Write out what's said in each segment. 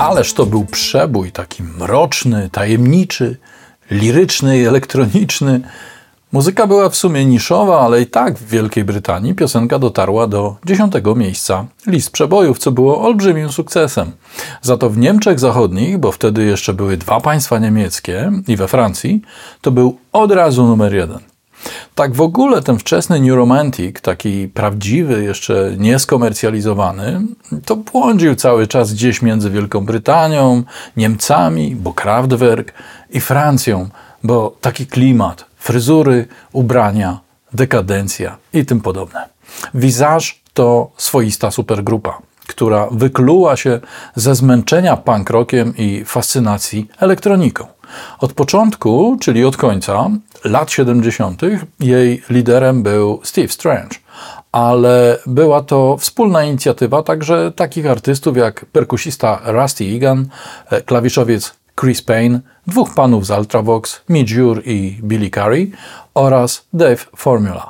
Ależ to był przebój taki mroczny, tajemniczy, liryczny i elektroniczny. Muzyka była w sumie niszowa, ale i tak w Wielkiej Brytanii piosenka dotarła do 10. miejsca list przebojów, co było olbrzymim sukcesem. Za to w Niemczech Zachodnich, bo wtedy jeszcze były dwa państwa niemieckie i we Francji, to był od razu numer 1. Tak w ogóle ten wczesny New Romantic, taki prawdziwy, jeszcze nieskomercjalizowany, to błądził cały czas gdzieś między Wielką Brytanią, Niemcami, bo Kraftwerk i Francją, bo taki klimat, fryzury, ubrania, dekadencja i tym podobne. Visage to swoista supergrupa, która wykluła się ze zmęczenia punk rockiem i fascynacji elektroniką. Od początku, czyli od końca lat 70. jej liderem był Steve Strange, ale była to wspólna inicjatywa także takich artystów jak perkusista Rusty Egan, klawiszowiec Chris Payne, dwóch panów z Ultravox, Midge Ure i Billy Currie oraz Dave Formula.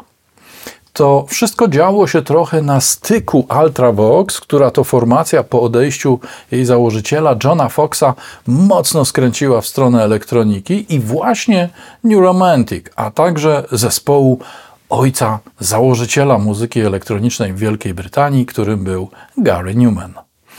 To wszystko działo się trochę na styku Ultravox, która to formacja po odejściu jej założyciela Johna Foxa mocno skręciła w stronę elektroniki i właśnie New Romantic, a także zespołu ojca założyciela muzyki elektronicznej w Wielkiej Brytanii, którym był Gary Numan.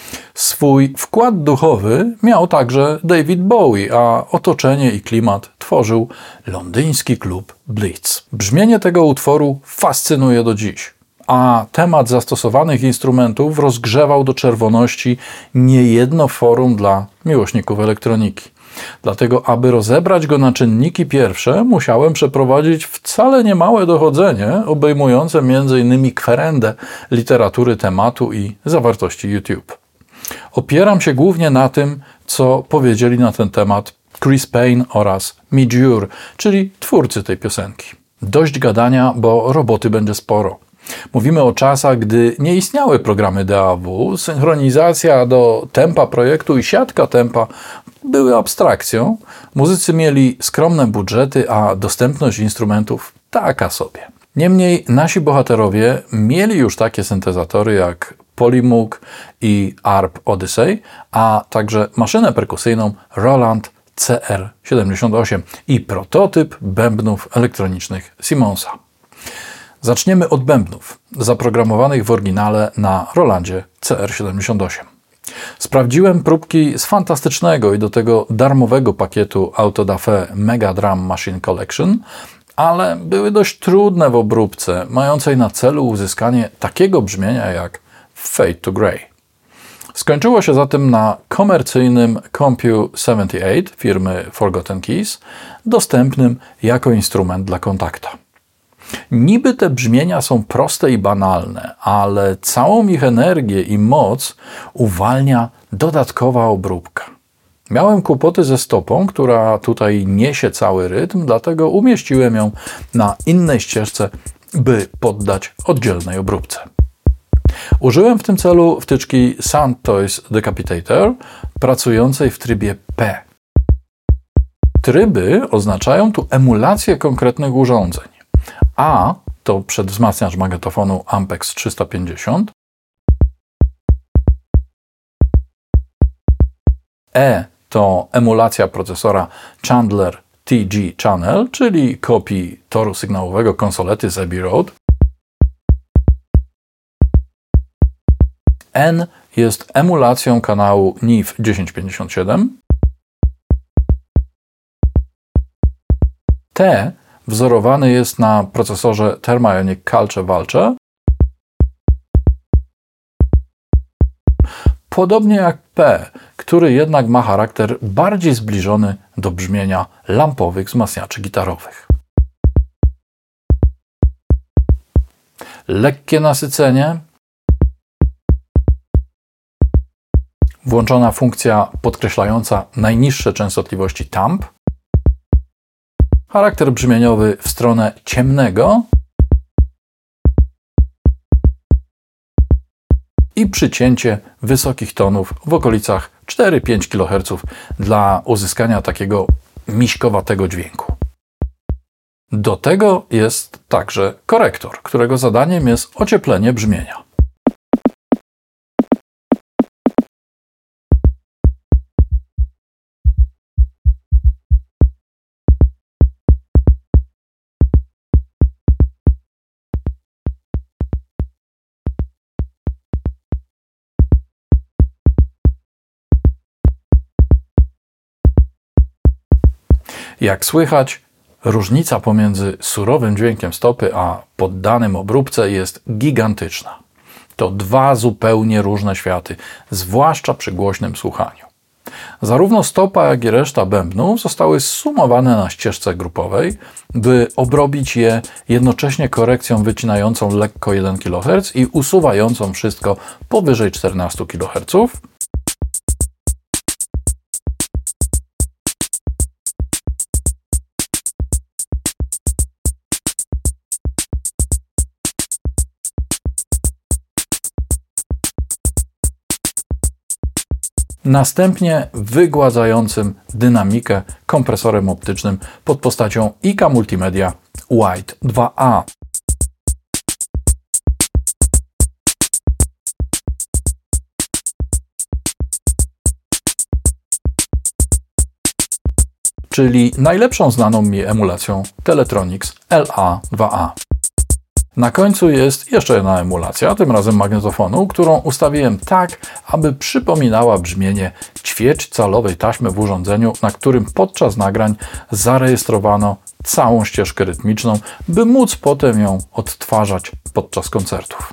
Swój wkład duchowy miał także David Bowie, a otoczenie i klimat tworzył londyński klub Blitz. Brzmienie tego utworu fascynuje do dziś, a temat zastosowanych instrumentów rozgrzewał do czerwoności niejedno forum dla miłośników elektroniki. Dlatego, aby rozebrać go na czynniki pierwsze, musiałem przeprowadzić wcale niemałe dochodzenie, obejmujące m.in. kwerendę literatury tematu i zawartości YouTube. Opieram się głównie na tym, co powiedzieli na ten temat Chris Payne oraz Midge Ure, czyli twórcy tej piosenki. Dość gadania, bo roboty będzie sporo. Mówimy o czasach, gdy nie istniały programy DAW, synchronizacja do tempa projektu i siatka tempa były abstrakcją, muzycy mieli skromne budżety, a dostępność instrumentów taka sobie. Niemniej nasi bohaterowie mieli już takie syntezatory jak Polymoog i ARP Odyssey, a także maszynę perkusyjną Roland CR78 i prototyp bębnów elektronicznych Simonsa. Zaczniemy od bębnów, zaprogramowanych w oryginale na Rolandzie CR78. Sprawdziłem próbki z fantastycznego i do tego darmowego pakietu Autodafé Mega Drum Machine Collection, ale były dość trudne w obróbce, mającej na celu uzyskanie takiego brzmienia jak Fade to Grey. Skończyło się zatem na komercyjnym Compu 78 firmy Forgotten Keys, dostępnym jako instrument dla kontakta. Niby te brzmienia są proste i banalne, ale całą ich energię i moc uwalnia dodatkowa obróbka. Miałem kłopoty ze stopą, która tutaj niesie cały rytm, dlatego umieściłem ją na innej ścieżce, by poddać oddzielnej obróbce. Użyłem w tym celu wtyczki Sound Toys Decapitator, pracującej w trybie P. Tryby oznaczają tu emulację konkretnych urządzeń. A to przedwzmacniacz magnetofonu Ampex 350. E to emulacja procesora Chandler TG Channel, czyli kopii toru sygnałowego konsolety z Abbey Road. N jest emulacją kanału NIF 1057. T wzorowany jest na procesorze Thermionic Culture Vulture. Podobnie jak P, który jednak ma charakter bardziej zbliżony do brzmienia lampowych wzmacniaczy gitarowych. Lekkie nasycenie. Włączona funkcja podkreślająca najniższe częstotliwości Tamp. Charakter brzmieniowy w stronę ciemnego i przycięcie wysokich tonów w okolicach 4-5 kHz dla uzyskania takiego miśkowatego dźwięku. Do tego jest także korektor, którego zadaniem jest ocieplenie brzmienia. Jak słychać, różnica pomiędzy surowym dźwiękiem stopy a poddanym obróbce jest gigantyczna. To dwa zupełnie różne światy, zwłaszcza przy głośnym słuchaniu. Zarówno stopa, jak i reszta bębnów zostały zsumowane na ścieżce grupowej, by obrobić je jednocześnie korekcją wycinającą lekko 1 kHz i usuwającą wszystko powyżej 14 kHz. Następnie wygładzającym dynamikę kompresorem optycznym pod postacią IK Multimedia White 2A. Czyli najlepszą znaną mi emulacją Teletronics LA2A. Na końcu jest jeszcze jedna emulacja, tym razem magnetofonu, którą ustawiłem tak, aby przypominała brzmienie ćwierćcalowej taśmy w urządzeniu, na którym podczas nagrań zarejestrowano całą ścieżkę rytmiczną, by móc potem ją odtwarzać podczas koncertów.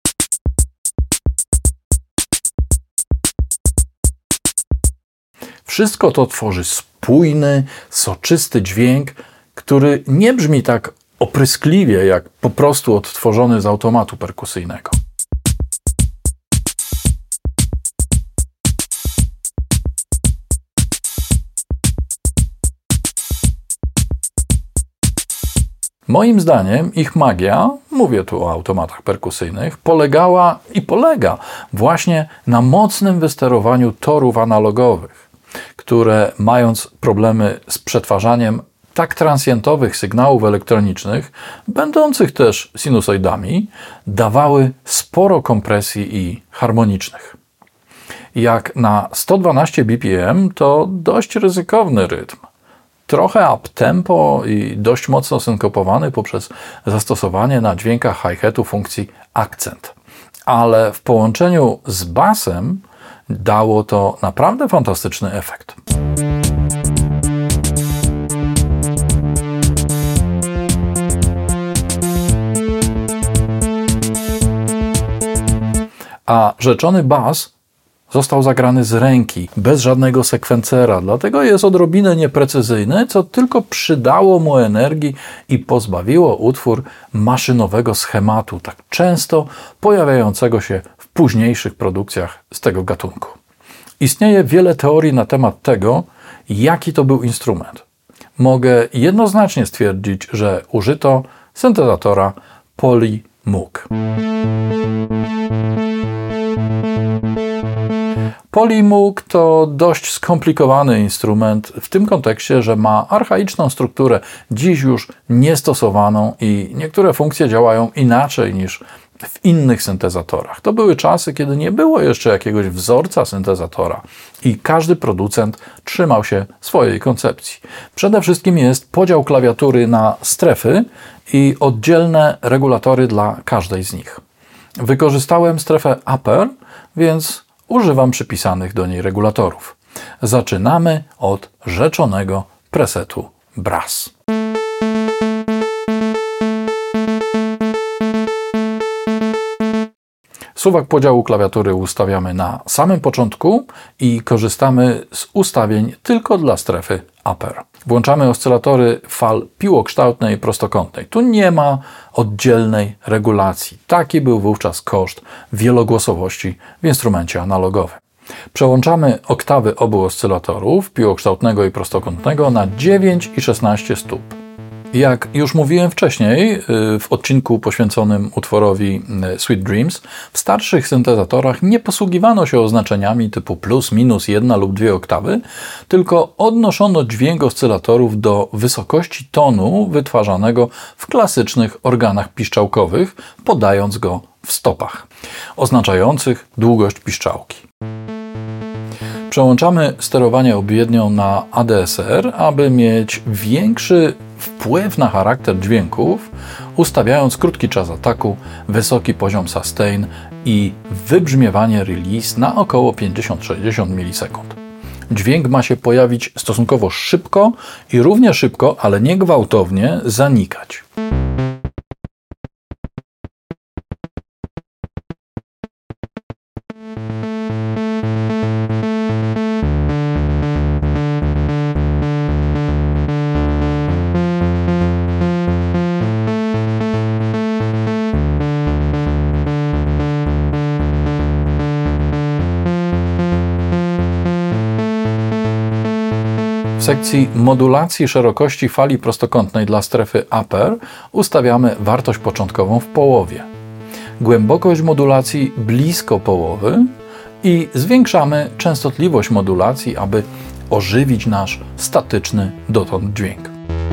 Wszystko to tworzy spójny, soczysty dźwięk, który nie brzmi tak opryskliwie, jak po prostu odtworzony z automatu perkusyjnego. Moim zdaniem ich magia, mówię tu o automatach perkusyjnych, polegała i polega właśnie na mocnym wysterowaniu torów analogowych, które mając problemy z przetwarzaniem tak transientowych sygnałów elektronicznych, będących też sinusoidami, dawały sporo kompresji i harmonicznych. Jak na 112 BPM to dość ryzykowny rytm. Trochę up-tempo i dość mocno synkopowany poprzez zastosowanie na dźwiękach hi-hatu funkcji akcent. Ale w połączeniu z basem dało to naprawdę fantastyczny efekt. A rzeczony bas został zagrany z ręki, bez żadnego sekwencera, dlatego jest odrobinę nieprecyzyjny, co tylko przydało mu energii i pozbawiło utwór maszynowego schematu, tak często pojawiającego się w późniejszych produkcjach z tego gatunku. Istnieje wiele teorii na temat tego, jaki to był instrument. Mogę jednoznacznie stwierdzić, że użyto syntezatora Polymoog. Polymoog to dość skomplikowany instrument w tym kontekście, że ma archaiczną strukturę, dziś już niestosowaną i niektóre funkcje działają inaczej niż w innych syntezatorach. To były czasy, kiedy nie było jeszcze jakiegoś wzorca syntezatora i każdy producent trzymał się swojej koncepcji. Przede wszystkim jest podział klawiatury na strefy i oddzielne regulatory dla każdej z nich. Wykorzystałem strefę upper, więc używam przypisanych do niej regulatorów. Zaczynamy od rzeczonego presetu Brass. Suwak podziału klawiatury ustawiamy na samym początku i korzystamy z ustawień tylko dla strefy upper. Włączamy oscylatory fal piłokształtnej i prostokątnej. Tu nie ma oddzielnej regulacji. Taki był wówczas koszt wielogłosowości w instrumencie analogowym. Przełączamy oktawy obu oscylatorów, piłokształtnego i prostokątnego, na 9 i 16 stóp. Jak już mówiłem wcześniej w odcinku poświęconym utworowi Sweet Dreams, w starszych syntezatorach nie posługiwano się oznaczeniami typu plus, minus, 1 lub 2 oktawy, tylko odnoszono dźwięk oscylatorów do wysokości tonu wytwarzanego w klasycznych organach piszczałkowych, podając go w stopach, oznaczających długość piszczałki. Przełączamy sterowanie obwiednią na ADSR, aby mieć większy wpływ na charakter dźwięków, ustawiając krótki czas ataku, wysoki poziom sustain i wybrzmiewanie release na około 50-60 ms. Dźwięk ma się pojawić stosunkowo szybko i równie szybko, ale nie gwałtownie, zanikać. W sekcji modulacji szerokości fali prostokątnej dla strefy upper ustawiamy wartość początkową w połowie, głębokość modulacji blisko połowy i zwiększamy częstotliwość modulacji, aby ożywić nasz statyczny dotąd dźwięk.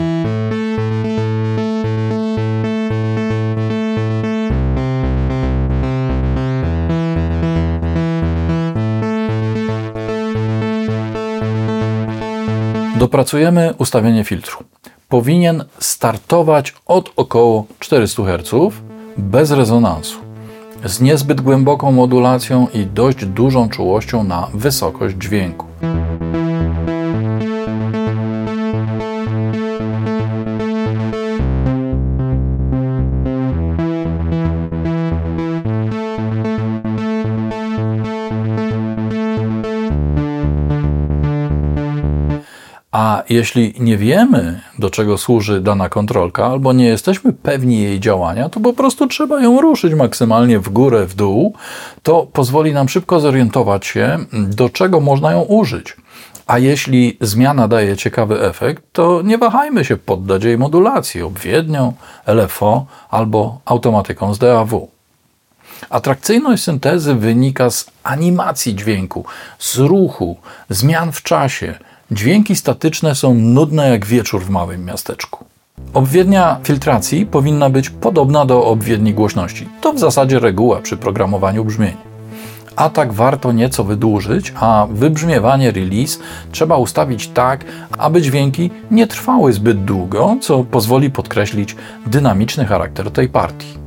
Dopracujemy ustawienie filtru. Powinien startować od około 400 Hz bez rezonansu, z niezbyt głęboką modulacją i dość dużą czułością na wysokość dźwięku. A jeśli nie wiemy, do czego służy dana kontrolka, albo nie jesteśmy pewni jej działania, to po prostu trzeba ją ruszyć maksymalnie w górę, w dół. To pozwoli nam szybko zorientować się, do czego można ją użyć. A jeśli zmiana daje ciekawy efekt, to nie wahajmy się poddać jej modulacji obwiednią, LFO albo automatyką z DAW. Atrakcyjność syntezy wynika z animacji dźwięku, z ruchu, zmian w czasie. Dźwięki statyczne są nudne jak wieczór w małym miasteczku. Obwiednia filtracji powinna być podobna do obwiedni głośności. To w zasadzie reguła przy programowaniu brzmień. Atak warto nieco wydłużyć, a wybrzmiewanie release trzeba ustawić tak, aby dźwięki nie trwały zbyt długo, co pozwoli podkreślić dynamiczny charakter tej partii.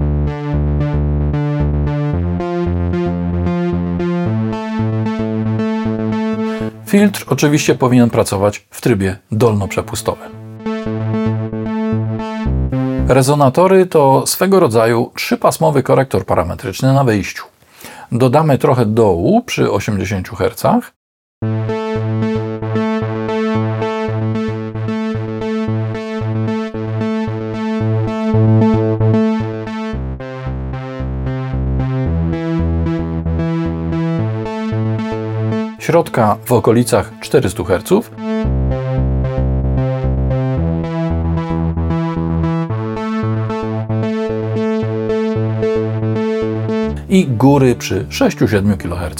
Filtr oczywiście powinien pracować w trybie dolnoprzepustowym. Rezonatory to swego rodzaju trzypasmowy korektor parametryczny na wyjściu. Dodamy trochę dołu przy 80 Hz. Środka w okolicach 400 Hz. I góry przy 6-7 kHz.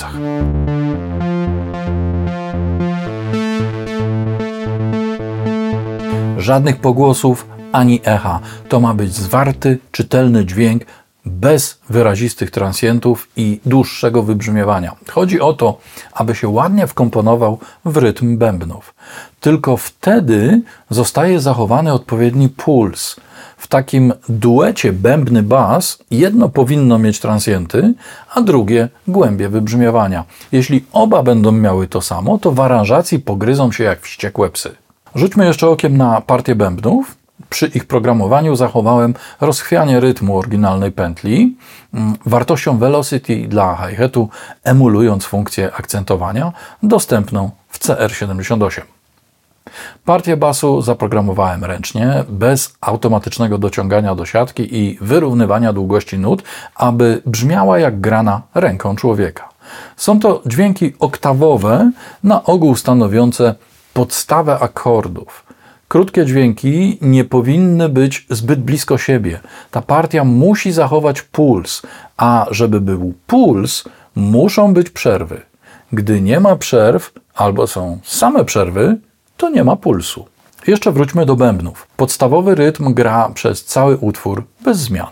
Żadnych pogłosów ani echa. To ma być zwarty, czytelny dźwięk bez wyrazistych transientów i dłuższego wybrzmiewania. Chodzi o to, aby się ładnie wkomponował w rytm bębnów. Tylko wtedy zostaje zachowany odpowiedni puls. W takim duecie bębny-bas jedno powinno mieć transienty, a drugie głębie wybrzmiewania. Jeśli oba będą miały to samo, to w aranżacji pogryzą się jak wściekłe psy. Rzućmy jeszcze okiem na partię bębnów. Przy ich programowaniu zachowałem rozchwianie rytmu oryginalnej pętli, wartością velocity dla hi-hatu, emulując funkcję akcentowania dostępną w CR78. Partię basu zaprogramowałem ręcznie, bez automatycznego dociągania do siatki i wyrównywania długości nut, aby brzmiała jak grana ręką człowieka. Są to dźwięki oktawowe, na ogół stanowiące podstawę akordów. Krótkie dźwięki nie powinny być zbyt blisko siebie. Ta partia musi zachować puls, a żeby był puls, muszą być przerwy. Gdy nie ma przerw, albo są same przerwy, to nie ma pulsu. Jeszcze wróćmy do bębnów. Podstawowy rytm gra przez cały utwór bez zmian.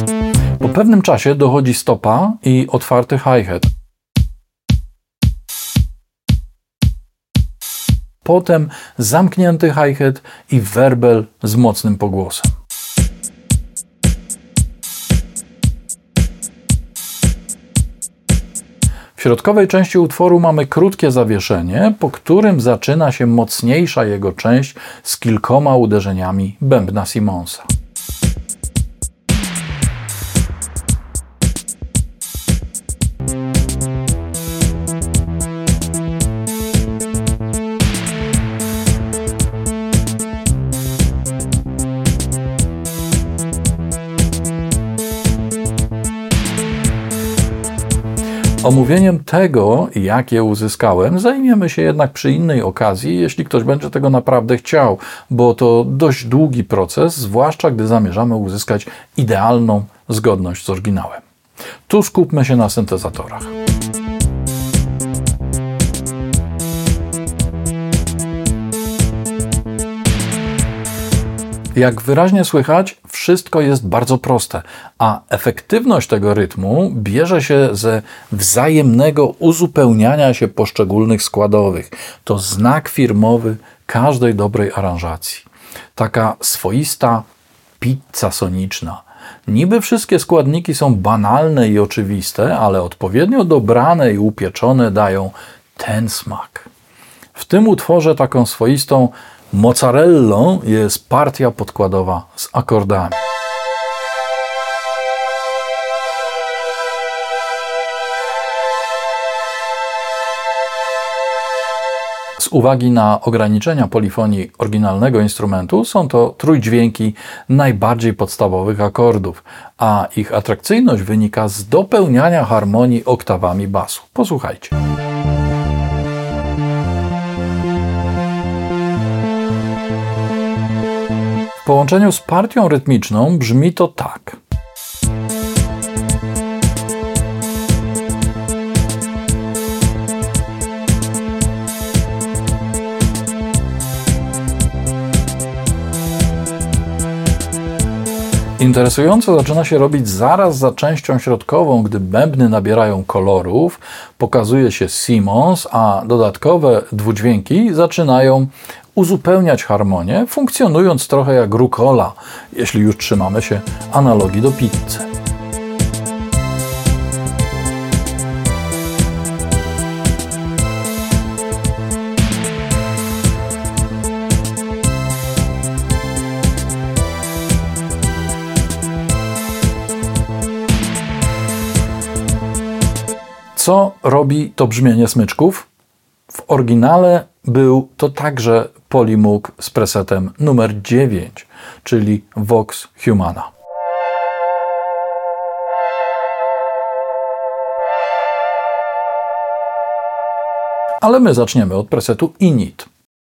Po pewnym czasie dochodzi stopa i otwarty hi-hat. potem zamknięty hi-hat i werbel z mocnym pogłosem. W środkowej części utworu mamy krótkie zawieszenie, po którym zaczyna się mocniejsza jego część z kilkoma uderzeniami bębna Simonsa. Omówieniem tego, jak je uzyskałem, zajmiemy się jednak przy innej okazji, jeśli ktoś będzie tego naprawdę chciał, bo to dość długi proces, zwłaszcza gdy zamierzamy uzyskać idealną zgodność z oryginałem. Tu skupmy się na syntezatorach. Jak wyraźnie słychać, wszystko jest bardzo proste, a efektywność tego rytmu bierze się ze wzajemnego uzupełniania się poszczególnych składowych. To znak firmowy każdej dobrej aranżacji. Taka swoista pizza soniczna. Niby wszystkie składniki są banalne i oczywiste, ale odpowiednio dobrane i upieczone dają ten smak. W tym utworze taką swoistą mozzarellą jest partia podkładowa z akordami. Z uwagi na ograniczenia polifonii oryginalnego instrumentu są to trójdźwięki najbardziej podstawowych akordów, a ich atrakcyjność wynika z dopełniania harmonii oktawami basu. Posłuchajcie. W połączeniu z partią rytmiczną brzmi to tak. Interesująco zaczyna się robić zaraz za częścią środkową, gdy bębny nabierają kolorów, pokazuje się Simons, a dodatkowe dwudźwięki zaczynają uzupełniać harmonię, funkcjonując trochę jak rucola, jeśli już trzymamy się analogii do pizzy. Co robi to brzmienie smyczków? W oryginale był to także Polymoog z presetem numer 9, czyli Vox Humana. Ale my zaczniemy od presetu Init.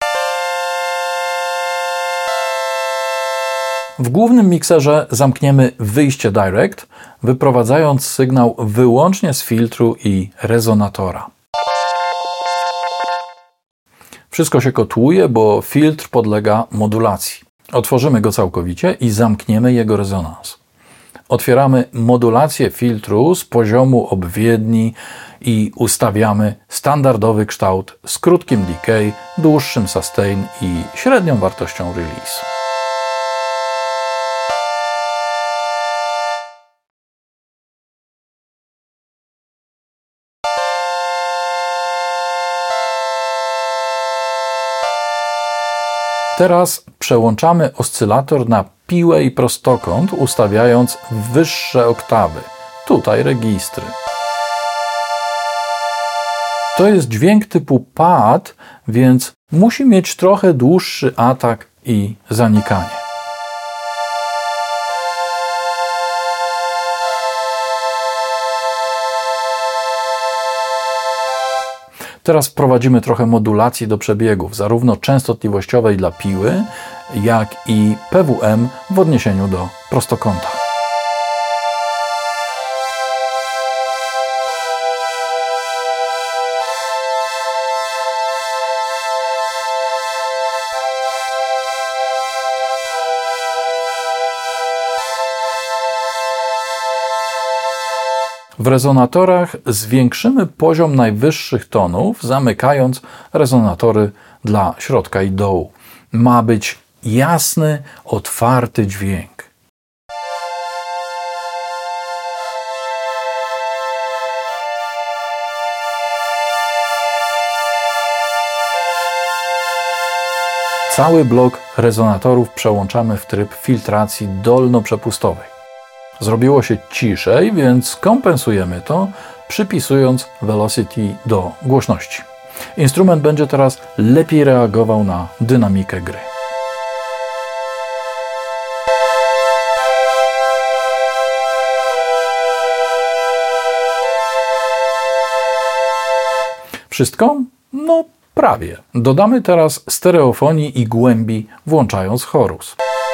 W głównym mikserze zamkniemy wyjście Direct, wyprowadzając sygnał wyłącznie z filtru i rezonatora. Wszystko się kotłuje, bo filtr podlega modulacji. Otworzymy go całkowicie i zamkniemy jego rezonans. Otwieramy modulację filtru z poziomu obwiedni i ustawiamy standardowy kształt z krótkim decay, dłuższym sustain i średnią wartością release. Teraz przełączamy oscylator na piłę i prostokąt, ustawiając wyższe oktawy. Tutaj registry. To jest dźwięk typu pad, więc musi mieć trochę dłuższy atak i zanikanie. Teraz wprowadzimy trochę modulacji do przebiegów, zarówno częstotliwościowej dla piły, jak i PWM w odniesieniu do prostokąta. W rezonatorach zwiększymy poziom najwyższych tonów, zamykając rezonatory dla środka i dołu. Ma być jasny, otwarty dźwięk. Cały blok rezonatorów przełączamy w tryb filtracji dolno-przepustowej. Zrobiło się ciszej, więc kompensujemy to, przypisując velocity do głośności. Instrument będzie teraz lepiej reagował na dynamikę gry. Wszystko? No prawie. Dodamy teraz stereofonii i głębi, włączając chorus.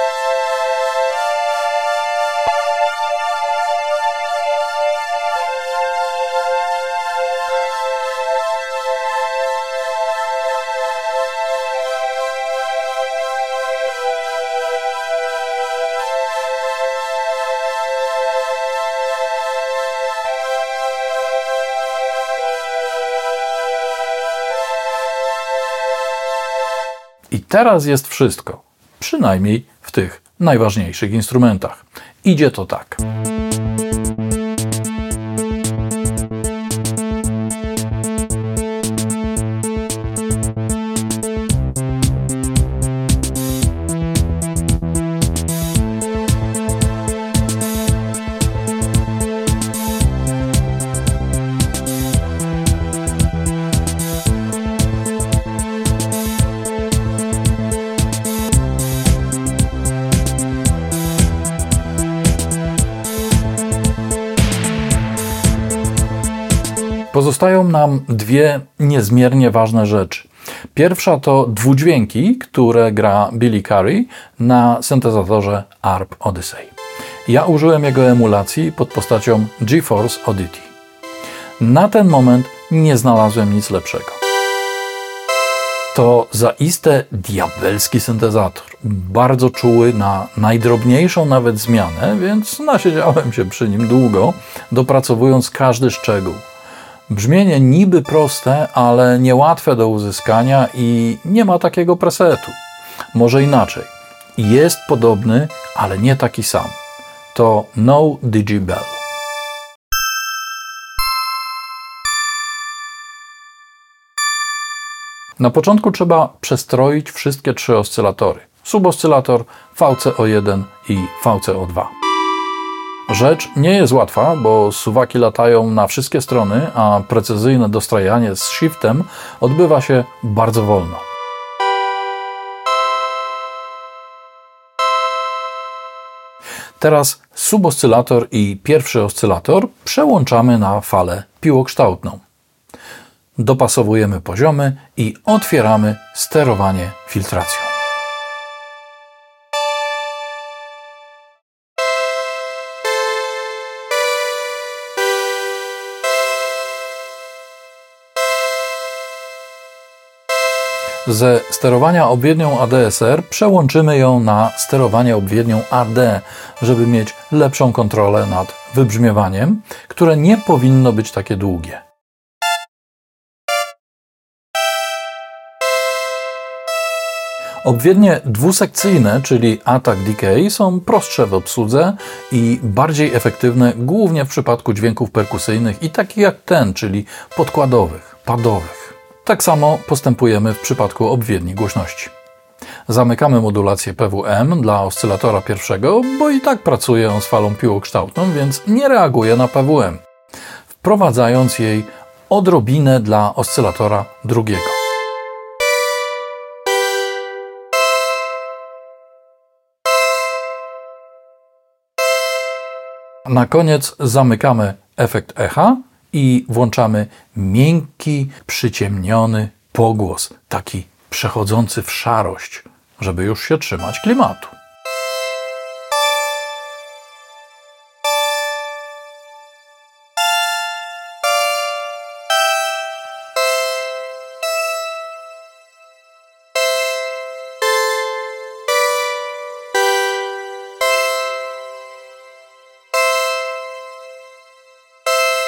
I teraz jest wszystko, przynajmniej w tych najważniejszych instrumentach. Idzie to tak. Pozostają nam dwie niezmiernie ważne rzeczy. Pierwsza to dwudźwięki, które gra Billy Currie na syntezatorze ARP Odyssey. Ja użyłem jego emulacji pod postacią GeForce Oddity. Na ten moment nie znalazłem nic lepszego. To zaiste diabelski syntezator, bardzo czuły na najdrobniejszą nawet zmianę, więc nasiedziałem się przy nim długo, dopracowując każdy szczegół. Brzmienie niby proste, ale niełatwe do uzyskania i nie ma takiego presetu. Może inaczej. Jest podobny, ale nie taki sam. To No Digibel. Na początku trzeba przestroić wszystkie trzy oscylatory. Suboscylator, VCO1 i VCO2. Rzecz nie jest łatwa, bo suwaki latają na wszystkie strony, a precyzyjne dostrajanie z shiftem odbywa się bardzo wolno. Teraz suboscylator i pierwszy oscylator przełączamy na falę piłokształtną. Dopasowujemy poziomy i otwieramy sterowanie filtracją. Ze sterowania obwiednią ADSR przełączymy ją na sterowanie obwiednią AD, żeby mieć lepszą kontrolę nad wybrzmiewaniem, które nie powinno być takie długie. Obwiednie dwusekcyjne, czyli attack decay, są prostsze w obsłudze i bardziej efektywne głównie w przypadku dźwięków perkusyjnych i takich jak ten, czyli podkładowych, padowych. Tak samo postępujemy w przypadku obwiedni głośności. Zamykamy modulację PWM dla oscylatora pierwszego, bo i tak pracuje on z falą piłokształtną, więc nie reaguje na PWM, wprowadzając jej odrobinę dla oscylatora drugiego. Na koniec zamykamy efekt echa i włączamy miękki, przyciemniony pogłos, taki przechodzący w szarość, żeby już się trzymać klimatu.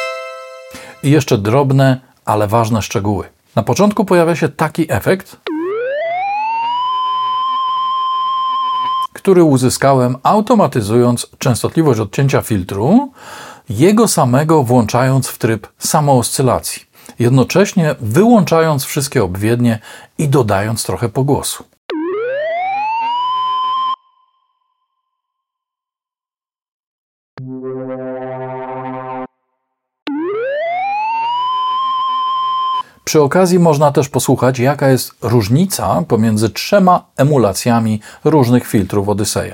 I jeszcze drobne, ale ważne szczegóły. Na początku pojawia się taki efekt, który uzyskałem automatyzując częstotliwość odcięcia filtru, jego samego włączając w tryb samooscylacji, jednocześnie wyłączając wszystkie obwiednie i dodając trochę pogłosu. Przy okazji można też posłuchać, jaka jest różnica pomiędzy 3 emulacjami różnych filtrów Odyseja.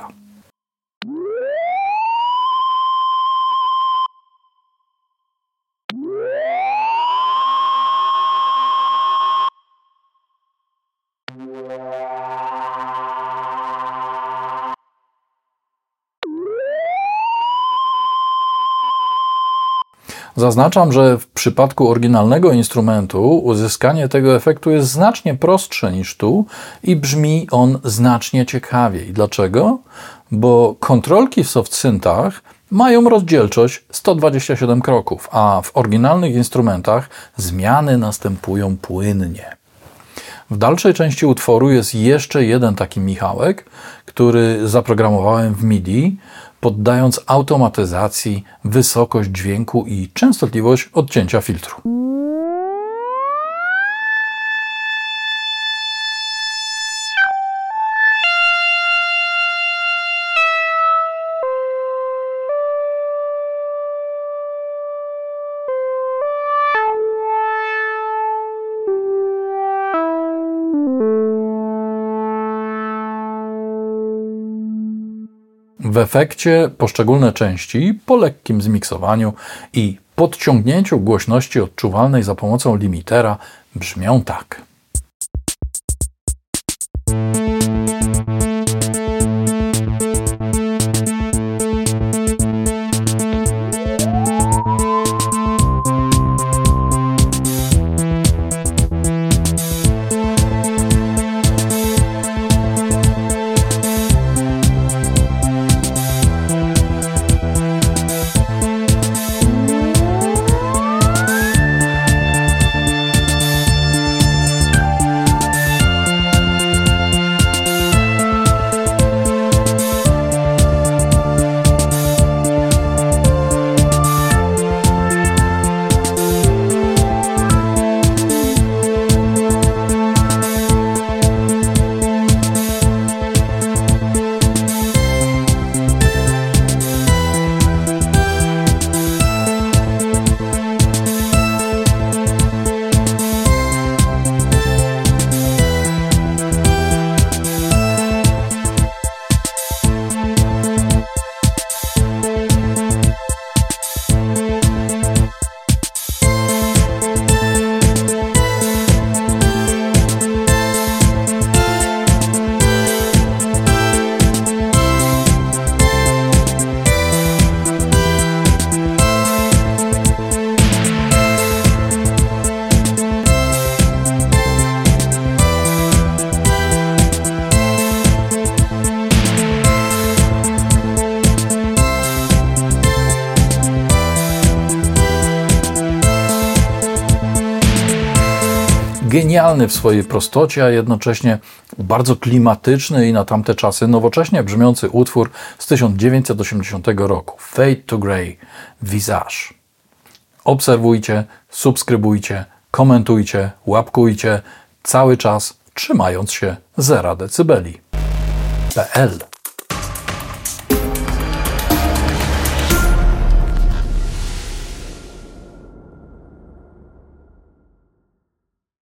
Zaznaczam, że w przypadku oryginalnego instrumentu uzyskanie tego efektu jest znacznie prostsze niż tu i brzmi on znacznie ciekawiej. Dlaczego? Bo kontrolki w softsyntach mają rozdzielczość 127 kroków, a w oryginalnych instrumentach zmiany następują płynnie. W dalszej części utworu jest jeszcze jeden taki michałek, który zaprogramowałem w MIDI, poddając automatyzacji wysokość dźwięku i częstotliwość odcięcia filtru. W efekcie poszczególne części po lekkim zmiksowaniu i podciągnięciu głośności odczuwalnej za pomocą limitera brzmią tak. Genialny w swojej prostocie, a jednocześnie bardzo klimatyczny i na tamte czasy nowocześnie brzmiący utwór z 1980 roku. Fade to Grey, Visage. Obserwujcie, subskrybujcie, komentujcie, łapkujcie, cały czas trzymając się 0 decybeli. PL